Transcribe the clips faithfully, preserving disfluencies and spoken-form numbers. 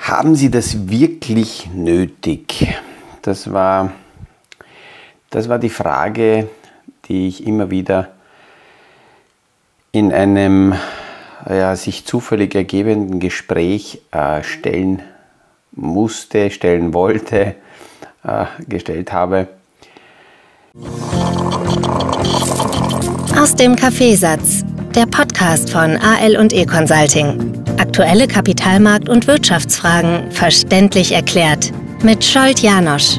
Haben Sie das wirklich nötig? Das war, das war die Frage, die ich immer wieder in einem ja, sich zufällig ergebenden Gespräch äh, stellen musste, stellen wollte, äh, gestellt habe. Aus dem Kaffeesatz, der Podcast von A L und E Consulting. Aktuelle Kapitalmarkt- und Wirtschaftsfragen verständlich erklärt mit Scholt Janosch.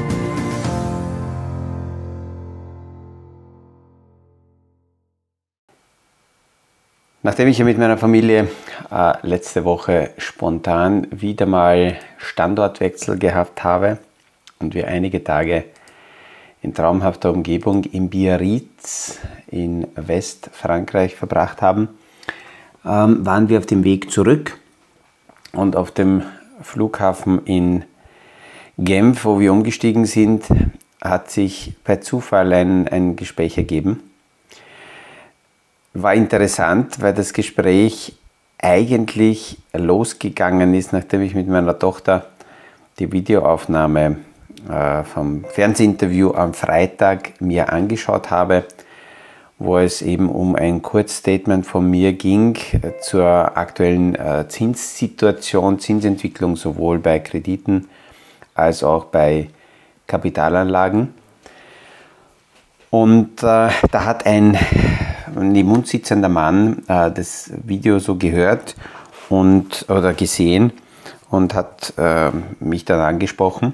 Nachdem ich ja mit meiner Familie äh, letzte Woche spontan wieder mal Standortwechsel gehabt habe und wir einige Tage in traumhafter Umgebung in Biarritz in Westfrankreich verbracht haben, ähm, waren wir auf dem Weg zurück und auf dem Flughafen in Genf, wo wir umgestiegen sind, hat sich per Zufall ein, ein Gespräch ergeben. War interessant, weil das Gespräch eigentlich losgegangen ist, nachdem ich mit meiner Tochter die Videoaufnahme äh, vom Fernsehinterview am Freitag mir angeschaut habe, wo es eben um ein Kurzstatement von mir ging äh, zur aktuellen äh, Zinssituation, Zinsentwicklung sowohl bei Krediten als auch bei Kapitalanlagen. Und äh, da hat ein neben uns sitzender Mann äh, das Video so gehört und, oder gesehen und hat äh, mich dann angesprochen.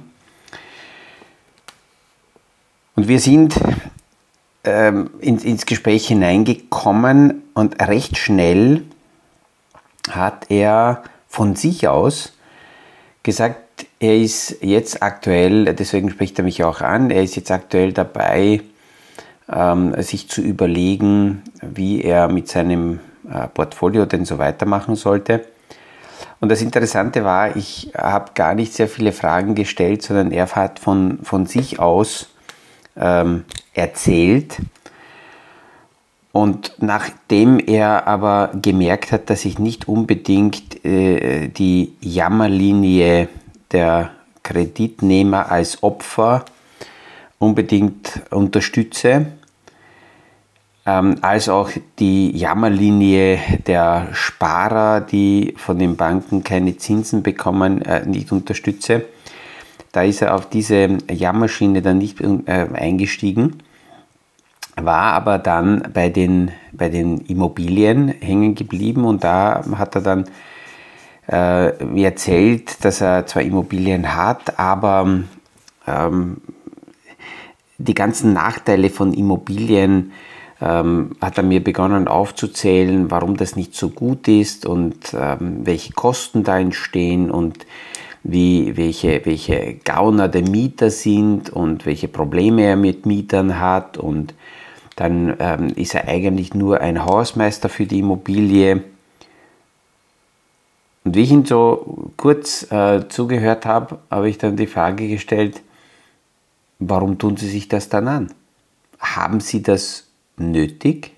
Und wir sind ähm, ins, ins Gespräch hineingekommen und recht schnell hat er von sich aus gesagt, er ist jetzt aktuell, deswegen spricht er mich auch an, er ist jetzt aktuell dabei, sich zu überlegen, wie er mit seinem Portfolio denn so weitermachen sollte. Und das Interessante war, ich habe gar nicht sehr viele Fragen gestellt, sondern er hat von, von sich aus ähm, erzählt. Und nachdem er aber gemerkt hat, dass ich nicht unbedingt äh, die Jammerlinie der Kreditnehmer als Opfer unbedingt unterstütze, ähm, als auch die Jammerlinie der Sparer, die von den Banken keine Zinsen bekommen, äh, nicht unterstütze. Da ist er auf diese Jammerschiene dann nicht äh, eingestiegen, war aber dann bei den, bei den Immobilien hängen geblieben und da hat er dann äh, mir erzählt, dass er zwar Immobilien hat, aber ähm, die ganzen Nachteile von Immobilien ähm, hat er mir begonnen aufzuzählen, warum das nicht so gut ist und ähm, welche Kosten da entstehen und wie, welche, welche Gauner der Mieter sind und welche Probleme er mit Mietern hat. Und dann ähm, ist er eigentlich nur ein Hausmeister für die Immobilie. Und wie ich ihn so kurz äh, zugehört habe, habe ich dann die Frage gestellt, warum tun Sie sich das dann an? Haben Sie das nötig?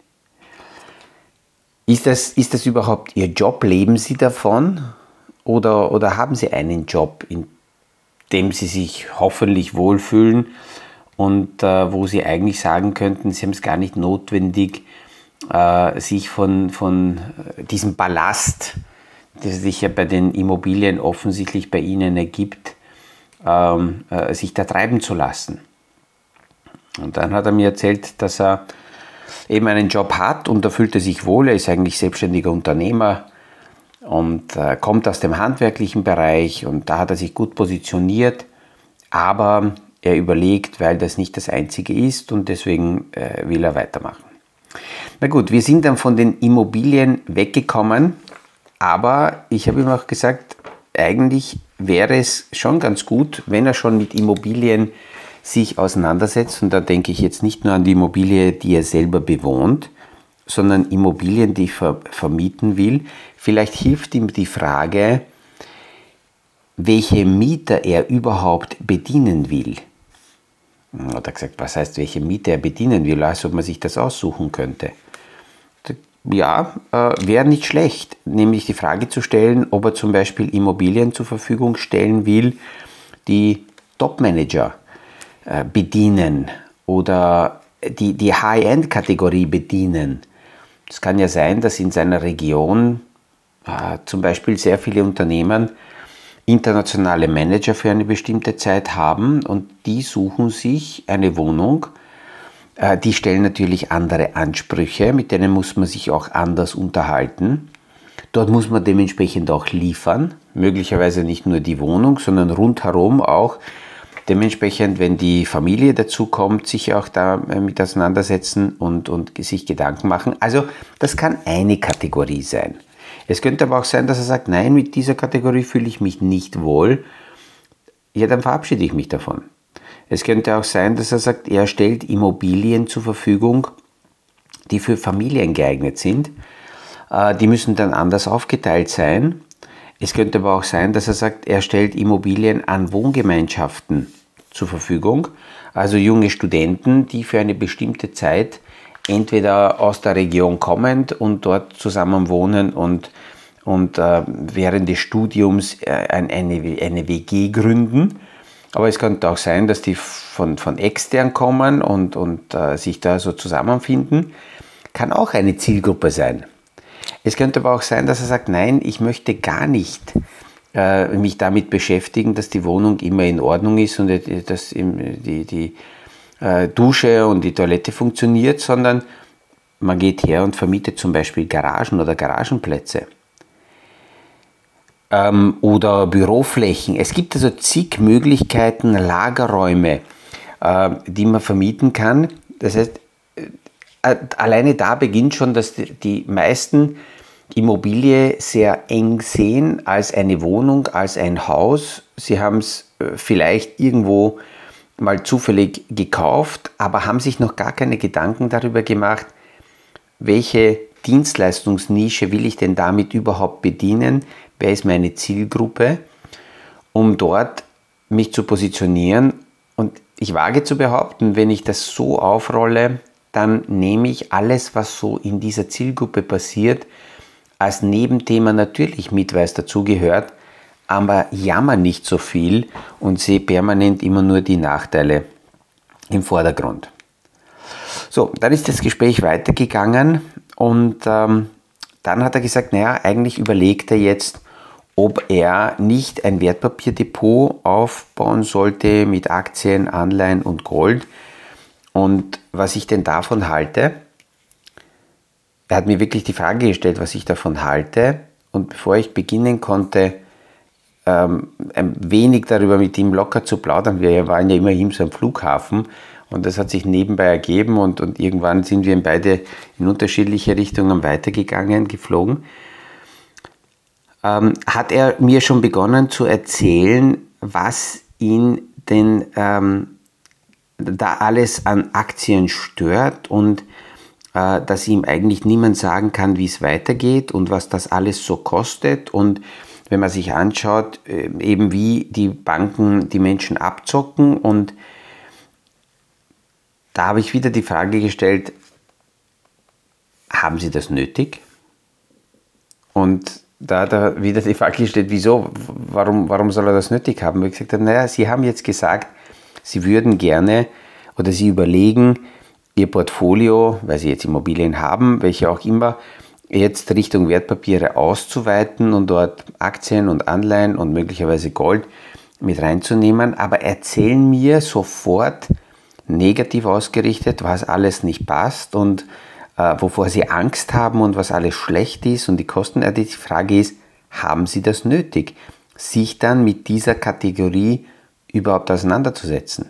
Ist das, ist das überhaupt Ihr Job? Leben Sie davon? Oder, oder haben Sie einen Job, in dem Sie sich hoffentlich wohlfühlen und äh, wo Sie eigentlich sagen könnten, Sie haben es gar nicht notwendig, äh, sich von, von diesem Ballast, der sich ja bei den Immobilien offensichtlich bei Ihnen ergibt, Ähm, äh, sich da treiben zu lassen. Und dann hat er mir erzählt, dass er eben einen Job hat und da fühlt er sich wohl, er ist eigentlich selbstständiger Unternehmer und äh, kommt aus dem handwerklichen Bereich und da hat er sich gut positioniert, aber er überlegt, weil das nicht das Einzige ist und deswegen äh, will er weitermachen. Na gut, wir sind dann von den Immobilien weggekommen, aber ich habe ihm auch gesagt, eigentlich wäre es schon ganz gut, wenn er schon mit Immobilien sich auseinandersetzt. Und da denke ich jetzt nicht nur an die Immobilie, die er selber bewohnt, sondern Immobilien, die ich ver- vermieten will. Vielleicht hilft ihm die Frage, welche Mieter er überhaupt bedienen will. Hat er gesagt, was heißt, welche Mieter er bedienen will, als ob man sich das aussuchen könnte. ja, äh, wäre nicht schlecht, nämlich die Frage zu stellen, ob er zum Beispiel Immobilien zur Verfügung stellen will, die Top-Manager äh, bedienen oder die, die High-End-Kategorie bedienen. Es kann ja sein, dass in seiner Region äh, zum Beispiel sehr viele Unternehmen internationale Manager für eine bestimmte Zeit haben und die suchen sich eine Wohnung. Äh, die stellen natürlich andere Ansprüche, mit denen muss man sich auch anders unterhalten. Dort muss man dementsprechend auch liefern, möglicherweise nicht nur die Wohnung, sondern rundherum auch. Dementsprechend, wenn die Familie dazu kommt, sich auch damit auseinandersetzen und, und sich Gedanken machen. Also das kann eine Kategorie sein. Es könnte aber auch sein, dass er sagt, nein, mit dieser Kategorie fühle ich mich nicht wohl. Ja, dann verabschiede ich mich davon. Es könnte auch sein, dass er sagt, er stellt Immobilien zur Verfügung, die für Familien geeignet sind. Die müssen dann anders aufgeteilt sein. Es könnte aber auch sein, dass er sagt, er stellt Immobilien an Wohngemeinschaften zur Verfügung, also junge Studenten, die für eine bestimmte Zeit entweder aus der Region kommend und dort zusammen wohnen und, und äh, während des Studiums äh, eine, eine W G gründen. Aber es könnte auch sein, dass die von, von extern kommen und, und äh, sich da so zusammenfinden. Kann auch eine Zielgruppe sein. Es könnte aber auch sein, dass er sagt, nein, ich möchte gar nicht äh, mich damit beschäftigen, dass die Wohnung immer in Ordnung ist und äh, dass im, die, die äh, Dusche und die Toilette funktioniert, sondern man geht her und vermietet zum Beispiel Garagen oder Garagenplätze ähm, oder Büroflächen. Es gibt also zig Möglichkeiten, Lagerräume, äh, die man vermieten kann. Das heißt, alleine da beginnt schon, dass die meisten Immobilie sehr eng sehen als eine Wohnung, als ein Haus. Sie haben es vielleicht irgendwo mal zufällig gekauft, aber haben sich noch gar keine Gedanken darüber gemacht, welche Dienstleistungsnische will ich denn damit überhaupt bedienen, wer ist meine Zielgruppe, um dort mich zu positionieren. Und ich wage zu behaupten, wenn ich das so aufrolle, dann nehme ich alles, was so in dieser Zielgruppe passiert, als Nebenthema natürlich mit, weil es dazugehört, aber jammer nicht so viel und sehe permanent immer nur die Nachteile im Vordergrund. So, dann ist das Gespräch weitergegangen und ähm, dann hat er gesagt, naja, eigentlich überlegt er jetzt, ob er nicht ein Wertpapierdepot aufbauen sollte mit Aktien, Anleihen und Gold und was ich denn davon halte. Er hat mir wirklich die Frage gestellt, was ich davon halte. Und bevor ich beginnen konnte, ähm, ein wenig darüber mit ihm locker zu plaudern, wir waren ja immerhin so am Flughafen und das hat sich nebenbei ergeben und, und irgendwann sind wir beide in unterschiedliche Richtungen weitergegangen, geflogen, ähm, hat er mir schon begonnen zu erzählen, was ihn denn ähm, da alles an Aktien stört und dass ihm eigentlich niemand sagen kann, wie es weitergeht und was das alles so kostet. Und wenn man sich anschaut, eben wie die Banken die Menschen abzocken. Und da habe ich wieder die Frage gestellt, haben Sie das nötig? Und da hat er wieder die Frage gestellt, wieso, warum, warum soll er das nötig haben? Und ich gesagt habe, naja, Sie haben jetzt gesagt, Sie würden gerne oder Sie überlegen, Ihr Portfolio, weil Sie jetzt Immobilien haben, welche auch immer, jetzt Richtung Wertpapiere auszuweiten und dort Aktien und Anleihen und möglicherweise Gold mit reinzunehmen. Aber erzählen mir sofort negativ ausgerichtet, was alles nicht passt und äh, wovor Sie Angst haben und was alles schlecht ist und die Kosten. Die Frage ist, haben Sie das nötig, sich dann mit dieser Kategorie überhaupt auseinanderzusetzen?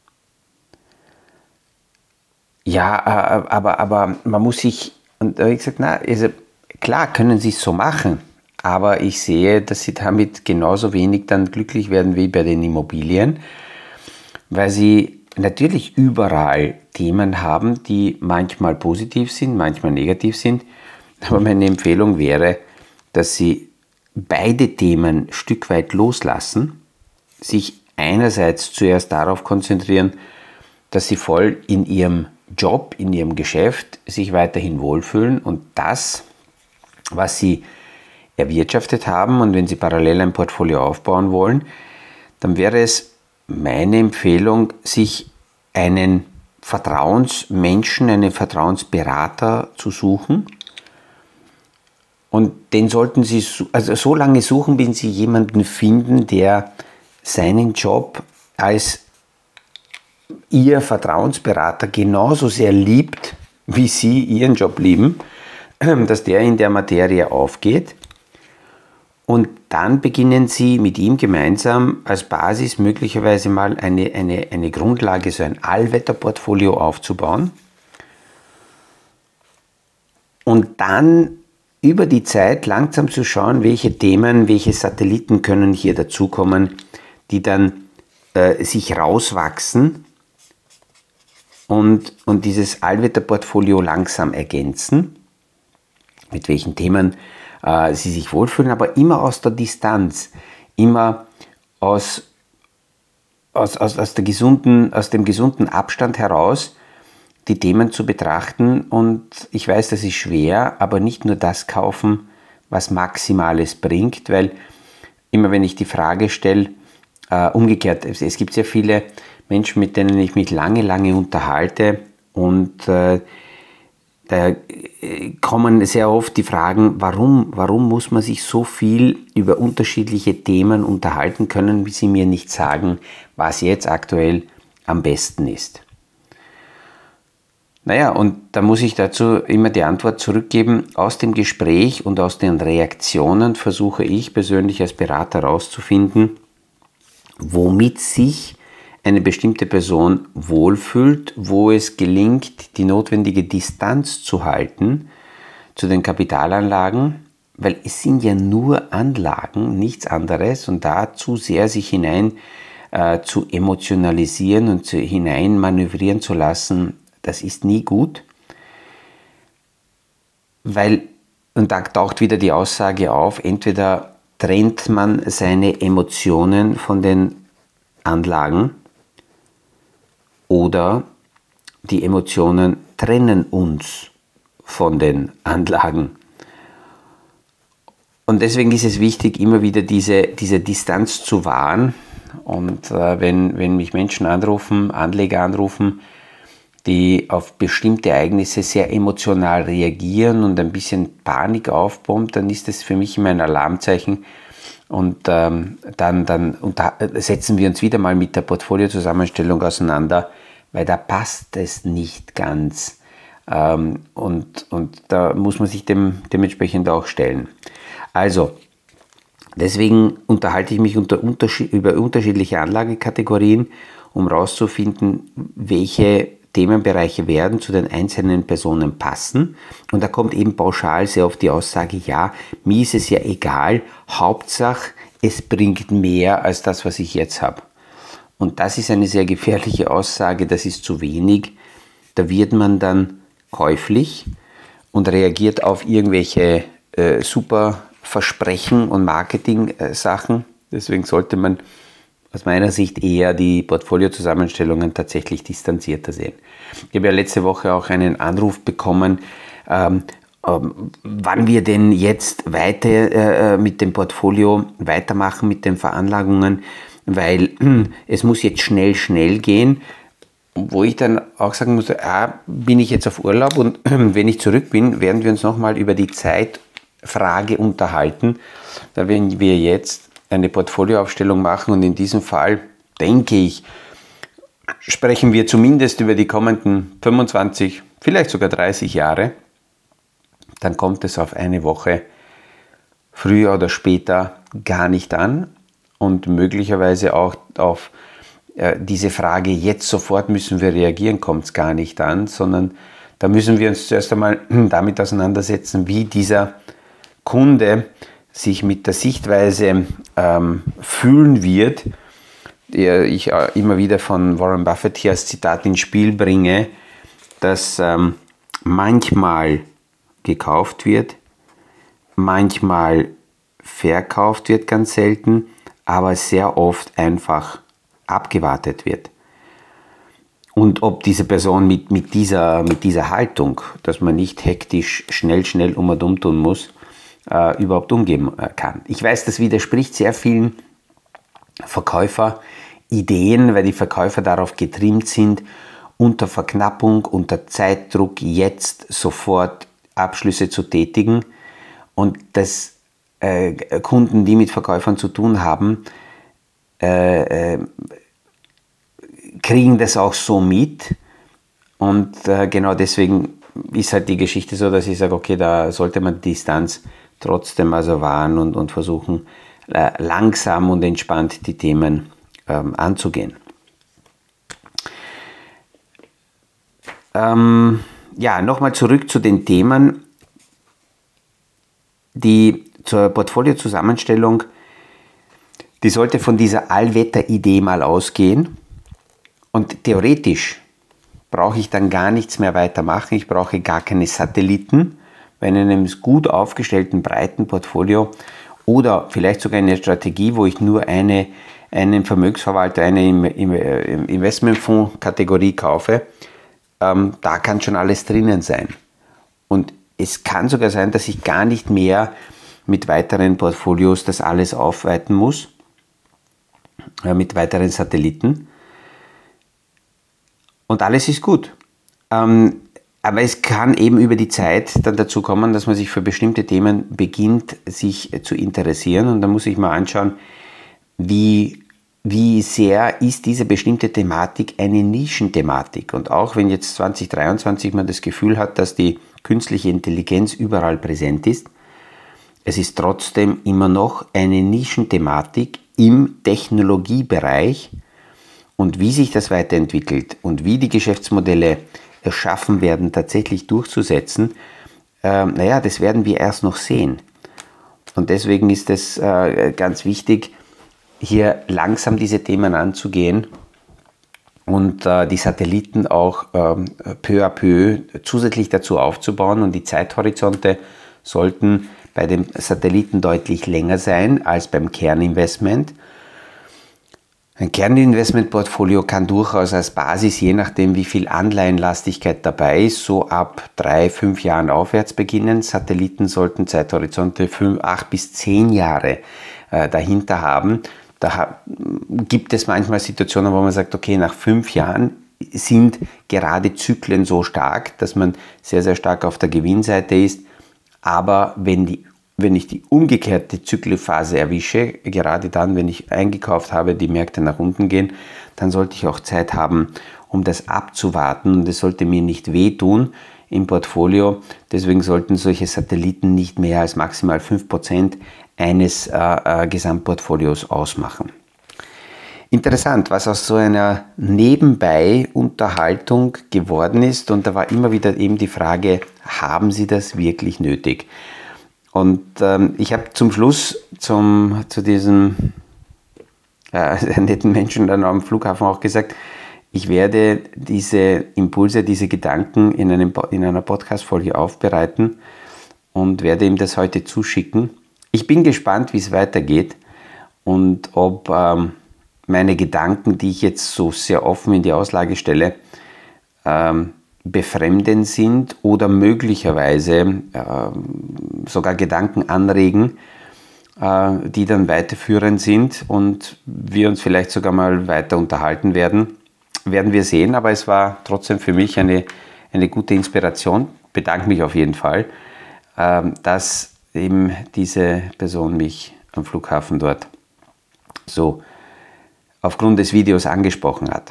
Ja, aber, aber man muss sich, und da habe ich gesagt, na, also klar können Sie es so machen, aber ich sehe, dass Sie damit genauso wenig dann glücklich werden wie bei den Immobilien, weil Sie natürlich überall Themen haben, die manchmal positiv sind, manchmal negativ sind, aber meine Empfehlung wäre, dass Sie beide Themen ein Stück weit loslassen, sich einerseits zuerst darauf konzentrieren, dass Sie voll in Ihrem Job, in ihrem Geschäft sich weiterhin wohlfühlen und das, was sie erwirtschaftet haben, und wenn sie parallel ein Portfolio aufbauen wollen, dann wäre es meine Empfehlung, sich einen Vertrauensmenschen, einen Vertrauensberater zu suchen. Und den sollten Sie also so lange suchen, bis Sie jemanden finden, der seinen Job als Ihr Vertrauensberater genauso sehr liebt, wie Sie Ihren Job lieben, dass der in der Materie aufgeht. Und dann beginnen Sie mit ihm gemeinsam als Basis möglicherweise mal eine, eine, eine Grundlage, so ein Allwetterportfolio aufzubauen. Und dann über die Zeit langsam zu schauen, welche Themen, welche Satelliten können hier dazukommen, die dann äh, sich rauswachsen und, und dieses Allwetterportfolio langsam ergänzen, mit welchen Themen äh, sie sich wohlfühlen, aber immer aus der Distanz, immer aus, aus, aus, aus, der gesunden, aus dem gesunden Abstand heraus, die Themen zu betrachten. Und ich weiß, das ist schwer, aber nicht nur das kaufen, was Maximales bringt, weil immer wenn ich die Frage stelle, äh, umgekehrt, es, es gibt sehr viele Menschen, mit denen ich mich lange, lange unterhalte und äh, da kommen sehr oft die Fragen, warum, warum muss man sich so viel über unterschiedliche Themen unterhalten können, wie sie mir nicht sagen, was jetzt aktuell am besten ist. Naja, und da muss ich dazu immer die Antwort zurückgeben. Aus dem Gespräch und aus den Reaktionen versuche ich persönlich als Berater herauszufinden, womit sich eine bestimmte Person wohlfühlt, wo es gelingt, die notwendige Distanz zu halten zu den Kapitalanlagen, weil es sind ja nur Anlagen, nichts anderes, und da zu sehr sich hinein äh, zu emotionalisieren und zu, hinein manövrieren zu lassen, das ist nie gut, weil, und da taucht wieder die Aussage auf, entweder trennt man seine Emotionen von den Anlagen oder die Emotionen trennen uns von den Anlagen. Und deswegen ist es wichtig, immer wieder diese, diese Distanz zu wahren. Und äh, wenn, wenn mich Menschen anrufen, Anleger anrufen, die auf bestimmte Ereignisse sehr emotional reagieren und ein bisschen Panik aufbombt, dann ist das für mich immer ein Alarmzeichen. Und ähm, dann, dann unter, setzen wir uns wieder mal mit der Portfoliozusammenstellung auseinander, weil da passt es nicht ganz. Ähm, und, und da muss man sich dem, dementsprechend auch stellen. Also, deswegen unterhalte ich mich unter Unterschied, über unterschiedliche Anlagekategorien, um herauszufinden, welche Themenbereiche werden zu den einzelnen Personen passen. Und da kommt eben pauschal sehr oft die Aussage, ja, mir ist es ja egal, Hauptsache es bringt mehr als das, was ich jetzt habe. Und das ist eine sehr gefährliche Aussage, das ist zu wenig. Da wird man dann käuflich und reagiert auf irgendwelche äh, super Versprechen und Marketing-Sachen. Deswegen sollte man aus meiner Sicht eher die Portfoliozusammenstellungen tatsächlich distanzierter sehen. Ich habe ja letzte Woche auch einen Anruf bekommen, ähm, ähm, wann wir denn jetzt weiter äh, mit dem Portfolio weitermachen, mit den Veranlagungen, weil äh, es muss jetzt schnell, schnell gehen. Wo ich dann auch sagen muss, ah, bin ich jetzt auf Urlaub und äh, wenn ich zurück bin, werden wir uns nochmal über die Zeitfrage unterhalten. Da werden wir jetzt eine Portfolioaufstellung machen und in diesem Fall, denke ich, sprechen wir zumindest über die kommenden fünfundzwanzig, vielleicht sogar dreißig Jahre. Dann kommt es auf eine Woche früher oder später gar nicht an und möglicherweise auch auf äh, diese Frage, jetzt sofort müssen wir reagieren, kommt es gar nicht an, sondern da müssen wir uns zuerst einmal damit auseinandersetzen, wie dieser Kunde sich mit der Sichtweise ähm, fühlen wird, der ich äh, immer wieder von Warren Buffett hier als Zitat ins Spiel bringe, dass ähm, manchmal gekauft wird, manchmal verkauft wird, ganz selten, aber sehr oft einfach abgewartet wird. und ob diese Person mit, mit, dieser, mit dieser Haltung, dass man nicht hektisch schnell, schnell um und um tun muss, äh, überhaupt umgehen kann. Ich weiß, das widerspricht sehr vielen Verkäuferideen, weil die Verkäufer darauf getrimmt sind, unter Verknappung, unter Zeitdruck jetzt sofort Abschlüsse zu tätigen und dass äh, Kunden, die mit Verkäufern zu tun haben, äh, äh, kriegen das auch so mit und äh, genau deswegen ist halt die Geschichte so, dass ich sage, okay, da sollte man die Distanz trotzdem also wahren und, und versuchen, äh, langsam und entspannt die Themen ähm, anzugehen. Ähm, ja, nochmal zurück zu den Themen, die zur Portfoliozusammenstellung, die sollte von dieser Allwetter-Idee mal ausgehen und theoretisch brauche ich dann gar nichts mehr weitermachen, ich brauche gar keine Satelliten, bei einem gut aufgestellten, breiten Portfolio oder vielleicht sogar eine Strategie, wo ich nur eine, einen Vermögensverwalter, eine Investmentfonds-Kategorie kaufe, ähm, da kann schon alles drinnen sein. Und es kann sogar sein, dass ich gar nicht mehr mit weiteren Portfolios das alles aufweiten muss, äh, mit weiteren Satelliten. Und alles ist gut. Ähm, aber es kann eben über die Zeit dann dazu kommen, dass man sich für bestimmte Themen beginnt, sich zu interessieren. Und da muss ich mal anschauen, wie, wie sehr ist diese bestimmte Thematik eine Nischenthematik. Und auch wenn jetzt zwanzig dreiundzwanzig man das Gefühl hat, dass die künstliche Intelligenz überall präsent ist, es ist trotzdem immer noch eine Nischenthematik im Technologiebereich. Und wie sich das weiterentwickelt und wie die Geschäftsmodelle erschaffen werden, tatsächlich durchzusetzen, äh, naja, das werden wir erst noch sehen. Und deswegen ist es äh, ganz wichtig, hier langsam diese Themen anzugehen und äh, die Satelliten auch äh, peu à peu zusätzlich dazu aufzubauen. Und die Zeithorizonte sollten bei den Satelliten deutlich länger sein als beim Kerninvestment. Ein Kerninvestmentportfolio kann durchaus als Basis, je nachdem wie viel Anleihenlastigkeit dabei ist, so ab drei, fünf Jahren aufwärts beginnen. Satelliten sollten Zeithorizonte fünf, acht bis zehn Jahre äh, dahinter haben. Da ha- gibt es manchmal Situationen, wo man sagt, okay, nach fünf Jahren sind gerade Zyklen so stark, dass man sehr, sehr stark auf der Gewinnseite ist. Aber wenn die Wenn ich die umgekehrte Zyklenphase erwische, gerade dann, wenn ich eingekauft habe, die Märkte nach unten gehen, dann sollte ich auch Zeit haben, um das abzuwarten. Und es sollte mir nicht wehtun im Portfolio. Deswegen sollten solche Satelliten nicht mehr als maximal fünf Prozent eines äh, äh, Gesamtportfolios ausmachen. Interessant, was aus so einer Nebenbei-Unterhaltung geworden ist. Und da war immer wieder eben die Frage, haben Sie das wirklich nötig? Und ähm, ich habe zum Schluss zum, zu diesem äh, netten Menschen dann am Flughafen auch gesagt, ich werde diese Impulse, diese Gedanken in, einem, in einer Podcast-Folge aufbereiten und werde ihm das heute zuschicken. Ich bin gespannt, wie es weitergeht und ob ähm, meine Gedanken, die ich jetzt so sehr offen in die Auslage stelle, ähm, befremdend sind oder möglicherweise äh, sogar Gedanken anregen, äh, die dann weiterführend sind und wir uns vielleicht sogar mal weiter unterhalten werden. Werden wir sehen, aber es war trotzdem für mich eine, eine gute Inspiration. Bedanke mich auf jeden Fall, äh, dass eben diese Person mich am Flughafen dort so aufgrund des Videos angesprochen hat.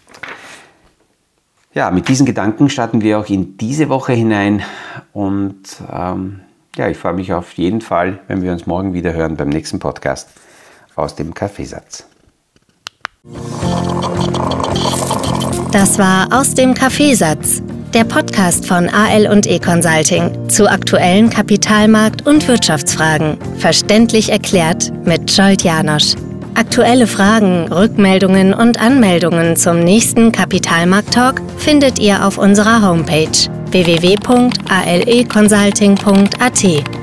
Ja, mit diesen Gedanken starten wir auch in diese Woche hinein und ähm, ja, ich freue mich auf jeden Fall, wenn wir uns morgen wieder hören beim nächsten Podcast aus dem Kaffeesatz. Das war Aus dem Kaffeesatz, der Podcast von A L und E Consulting zu aktuellen Kapitalmarkt- und Wirtschaftsfragen. Verständlich erklärt mit Scholt Janosch. Aktuelle Fragen, Rückmeldungen und Anmeldungen zum nächsten Kapitalmarkt-Talk findet ihr auf unserer Homepage w w w punkt a l e consulting punkt a t.